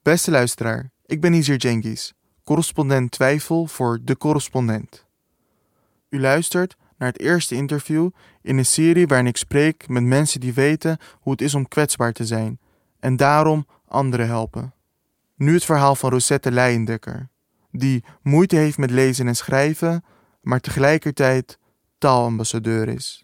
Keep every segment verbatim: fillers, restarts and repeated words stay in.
Beste luisteraar, ik ben Hizir Cengiz, correspondent twijfel voor De Correspondent. U luistert naar het eerste interview in een serie waarin ik spreek met mensen die weten hoe het is om kwetsbaar te zijn en daarom anderen helpen. Nu het verhaal van Rosette Leyendecker, die moeite heeft met lezen en schrijven, maar tegelijkertijd taalambassadeur is.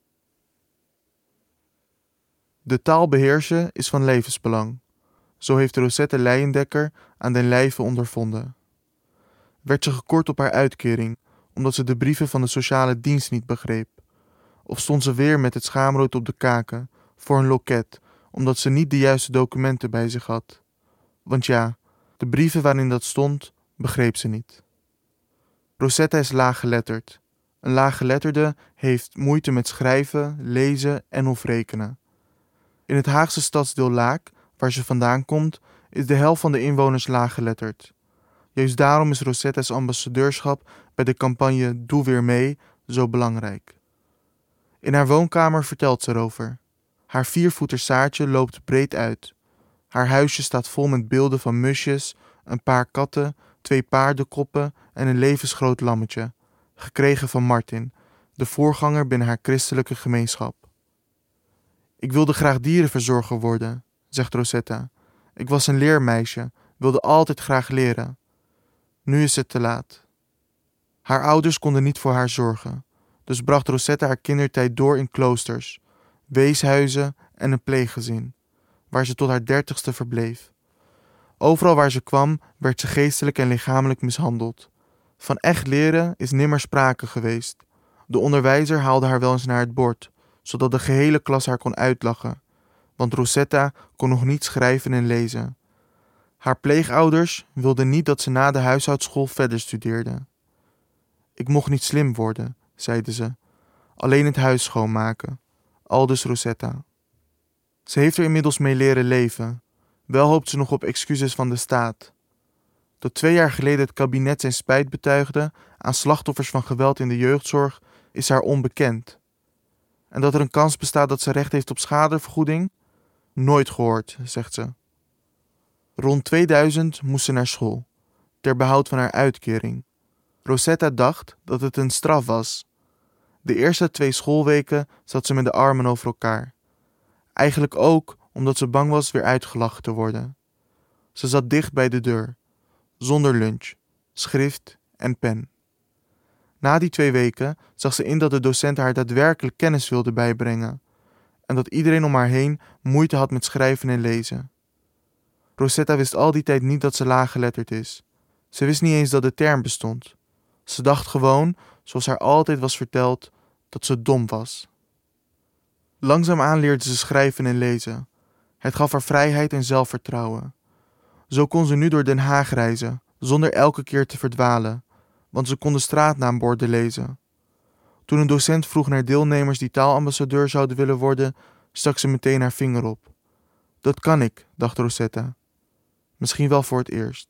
De taal beheersen is van levensbelang. Zo heeft Rosette Leyendecker aan den lijve ondervonden. Werd ze gekort op haar uitkering, omdat ze de brieven van de sociale dienst niet begreep? Of stond ze weer met het schaamrood op de kaken voor een loket, omdat ze niet de juiste documenten bij zich had? Want ja, de brieven waarin dat stond, begreep ze niet. Rosette is laaggeletterd. Een laaggeletterde heeft moeite met schrijven, lezen en of rekenen. In het Haagse stadsdeel Laak, waar ze vandaan komt, is de helft van de inwoners laaggeletterd. Juist daarom is Rosette's ambassadeurschap bij de campagne Doe Weer Mee zo belangrijk. In haar woonkamer vertelt ze erover. Haar viervoeter Saartje loopt breed uit. Haar huisje staat vol met beelden van musjes, een paar katten, twee paardenkoppen en een levensgroot lammetje, gekregen van Martin, de voorganger binnen haar christelijke gemeenschap. Ik wilde graag dierenverzorger worden, zegt Rosette. Ik was een leermeisje, wilde altijd graag leren. Nu is het te laat. Haar ouders konden niet voor haar zorgen, dus bracht Rosette haar kindertijd door in kloosters, weeshuizen en een pleeggezin, waar ze tot haar dertigste verbleef. Overal waar ze kwam, werd ze geestelijk en lichamelijk mishandeld. Van echt leren is nimmer sprake geweest. De onderwijzer haalde haar wel eens naar het bord, zodat de gehele klas haar kon uitlachen, want Rosette kon nog niet schrijven en lezen. Haar pleegouders wilden niet dat ze na de huishoudschool verder studeerde. Ik mocht niet slim worden, zeiden ze, alleen het huis schoonmaken, aldus Rosette. Ze heeft er inmiddels mee leren leven, wel hoopt ze nog op excuses van de staat. Dat twee jaar geleden het kabinet zijn spijt betuigde aan slachtoffers van geweld in de jeugdzorg is haar onbekend. En dat er een kans bestaat dat ze recht heeft op schadevergoeding? Nooit gehoord, zegt ze. Rond tweeduizend moest ze naar school, ter behoud van haar uitkering. Rosette dacht dat het een straf was. De eerste twee schoolweken zat ze met de armen over elkaar. Eigenlijk ook omdat ze bang was weer uitgelachen te worden. Ze zat dicht bij de deur, zonder lunch, schrift en pen. Na die twee weken zag ze in dat de docent haar daadwerkelijk kennis wilde bijbrengen en dat iedereen om haar heen moeite had met schrijven en lezen. Rosette wist al die tijd niet dat ze laaggeletterd is. Ze wist niet eens dat de term bestond. Ze dacht gewoon, zoals haar altijd was verteld, dat ze dom was. Langzaamaan leerde ze schrijven en lezen. Het gaf haar vrijheid en zelfvertrouwen. Zo kon ze nu door Den Haag reizen, zonder elke keer te verdwalen, want ze kon de straatnaamborden lezen. Toen een docent vroeg naar deelnemers die taalambassadeur zouden willen worden, stak ze meteen haar vinger op. Dat kan ik, dacht Rosette. Misschien wel voor het eerst.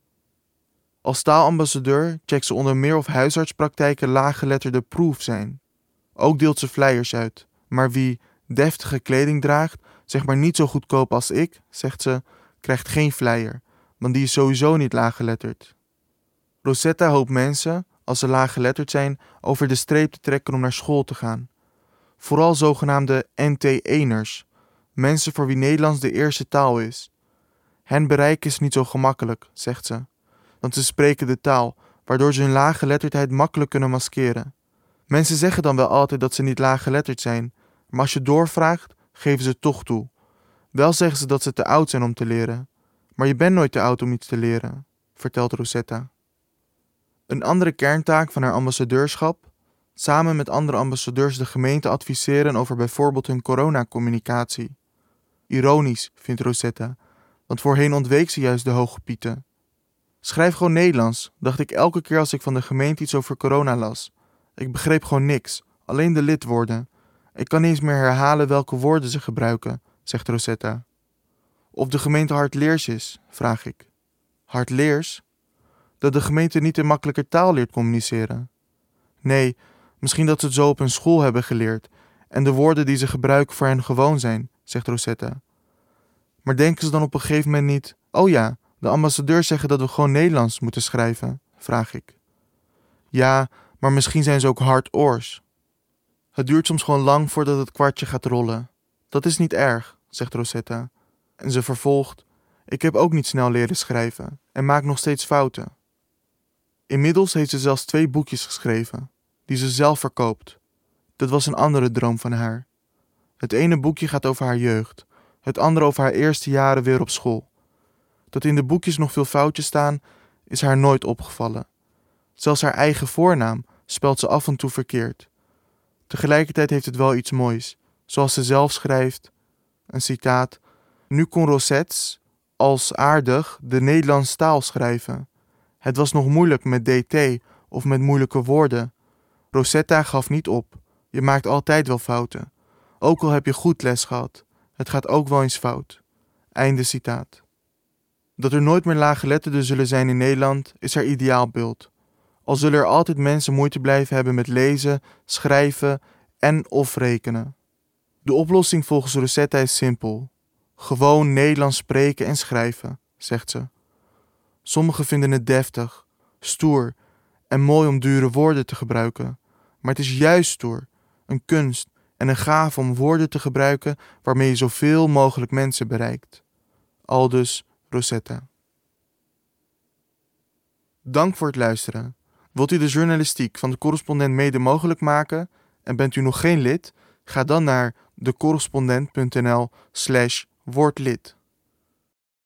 Als taalambassadeur checkt ze onder meer of huisartspraktijken laaggeletterde proof zijn. Ook deelt ze flyers uit, maar wie deftige kleding draagt, zeg maar niet zo goedkoop als ik, zegt ze, krijgt geen flyer, want die is sowieso niet laaggeletterd. Rosette hoopt mensen, als ze laaggeletterd zijn, over de streep te trekken om naar school te gaan. Vooral zogenaamde N T ééners, mensen voor wie Nederlands de eerste taal is. Hen bereiken is niet zo gemakkelijk, zegt ze, want ze spreken de taal, waardoor ze hun laaggeletterdheid makkelijk kunnen maskeren. Mensen zeggen dan wel altijd dat ze niet laaggeletterd zijn, maar als je doorvraagt, geven ze het toch toe. Wel zeggen ze dat ze te oud zijn om te leren, maar je bent nooit te oud om iets te leren, vertelt Rosette. Een andere kerntaak van haar ambassadeurschap, samen met andere ambassadeurs de gemeente adviseren over bijvoorbeeld hun coronacommunicatie. Ironisch, vindt Rosette, want voorheen ontweek ze juist de hoge pieten. Schrijf gewoon Nederlands, dacht ik elke keer als ik van de gemeente iets over corona las. Ik begreep gewoon niks, alleen de lidwoorden. Ik kan niet eens meer herhalen welke woorden ze gebruiken, zegt Rosette. Of de gemeente hardleers is, vraag ik. Hardleers? Dat de gemeente niet in makkelijker taal leert communiceren. Nee, misschien dat ze het zo op hun school hebben geleerd en de woorden die ze gebruiken voor hen gewoon zijn, zegt Rosette. Maar denken ze dan op een gegeven moment niet, oh ja, De ambassadeurs zeggen dat we gewoon Nederlands moeten schrijven, vraag ik. Ja, maar misschien zijn ze ook hard-oors. Het duurt soms gewoon lang voordat het kwartje gaat rollen. Dat is niet erg, zegt Rosetta. En ze vervolgt: ik heb ook niet snel leren schrijven en maak nog steeds fouten. Inmiddels heeft ze zelfs twee boekjes geschreven, die ze zelf verkoopt. Dat was een andere droom van haar. Het ene boekje gaat over haar jeugd, het andere over haar eerste jaren weer op school. Dat in de boekjes nog veel foutjes staan, is haar nooit opgevallen. Zelfs haar eigen voornaam spelt ze af en toe verkeerd. Tegelijkertijd heeft het wel iets moois, zoals ze zelf schrijft, een citaat: nu kon Rosette als aardig de Nederlandse taal schrijven. Het was nog moeilijk met dt of met moeilijke woorden. Rosetta gaf niet op. Je maakt altijd wel fouten. Ook al heb je goed les gehad. Het gaat ook wel eens fout. Einde citaat. Dat er nooit meer laaggeletterden zullen zijn in Nederland is haar ideaalbeeld. Al zullen er altijd mensen moeite blijven hebben met lezen, schrijven en of rekenen. De oplossing volgens Rosetta is simpel. Gewoon Nederlands spreken en schrijven, zegt ze. Sommigen vinden het deftig, stoer en mooi om dure woorden te gebruiken. Maar het is juist stoer, een kunst en een gave om woorden te gebruiken waarmee je zoveel mogelijk mensen bereikt. Aldus Rosetta. Dank voor het luisteren. Wilt u de journalistiek van de correspondent mede mogelijk maken en bent u nog geen lid? Ga dan naar decorrespondent punt n l slash word lid.